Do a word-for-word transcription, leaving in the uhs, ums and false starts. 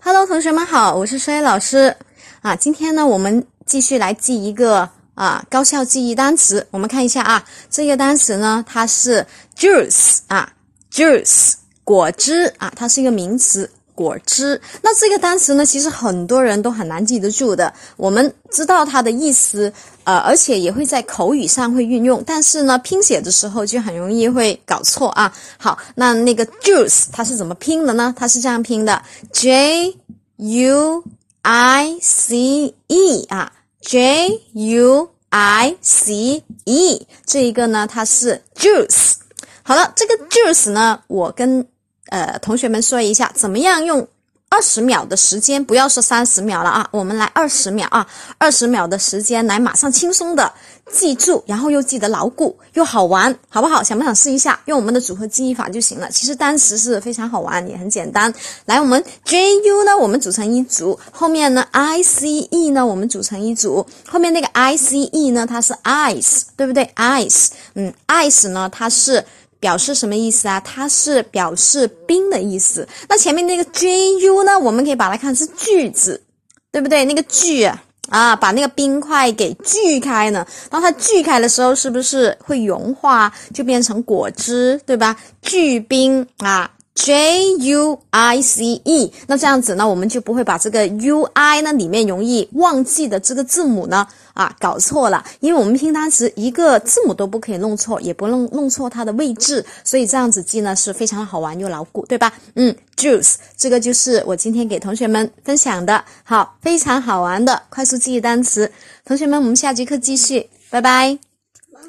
Hello， 同学们好，我是衰老师啊。今天呢，我们继续来记一个啊高效记忆单词。我们看一下啊，这个单词呢，它是 juice 啊 ，juice 果汁啊，它是一个名词。果汁，那这个单词呢，其实很多人都很难记得住的。我们知道它的意思，呃，而且也会在口语上会运用，但是呢，拼写的时候就很容易会搞错啊。好，那那个 juice 它是怎么拼的呢？它是这样拼的 ，J U I C E 啊 ，J U I C E 这一个呢，它是 juice。好了，这个 juice 呢，我跟呃，同学们说一下，怎么样用二十秒的时间，不要说三十秒了啊，我们来二十秒啊，二十秒的时间来马上轻松的记住，然后又记得牢固，又好玩，好不好？想不想试一下？用我们的组合记忆法就行了。其实单词是非常好玩，也很简单。来，我们 J U 呢，我们组成一组，后面呢 I C E 呢，我们组成一组，后面那个 I C E 呢，它是 ice， 对不对 ？ice， 嗯 ，ice 呢，它是表示什么意思啊？它是表示冰的意思。那前面那个 J U 呢，我们可以把它看是句子，对不对？那个句啊，啊，把那个冰块给锯开呢。当它锯开的时候，是不是会融化，就变成果汁，对吧？锯冰啊。J U I C E， 那这样子呢，我们就不会把这个 U I 呢里面容易忘记的这个字母呢啊搞错了，因为我们拼单词一个字母都不可以弄错，也不弄弄错它的位置，所以这样子记呢是非常好玩又牢固，对吧？嗯 ，juice 这个就是我今天给同学们分享的，好，非常好玩的快速记忆单词。同学们，我们下节课继续，拜拜。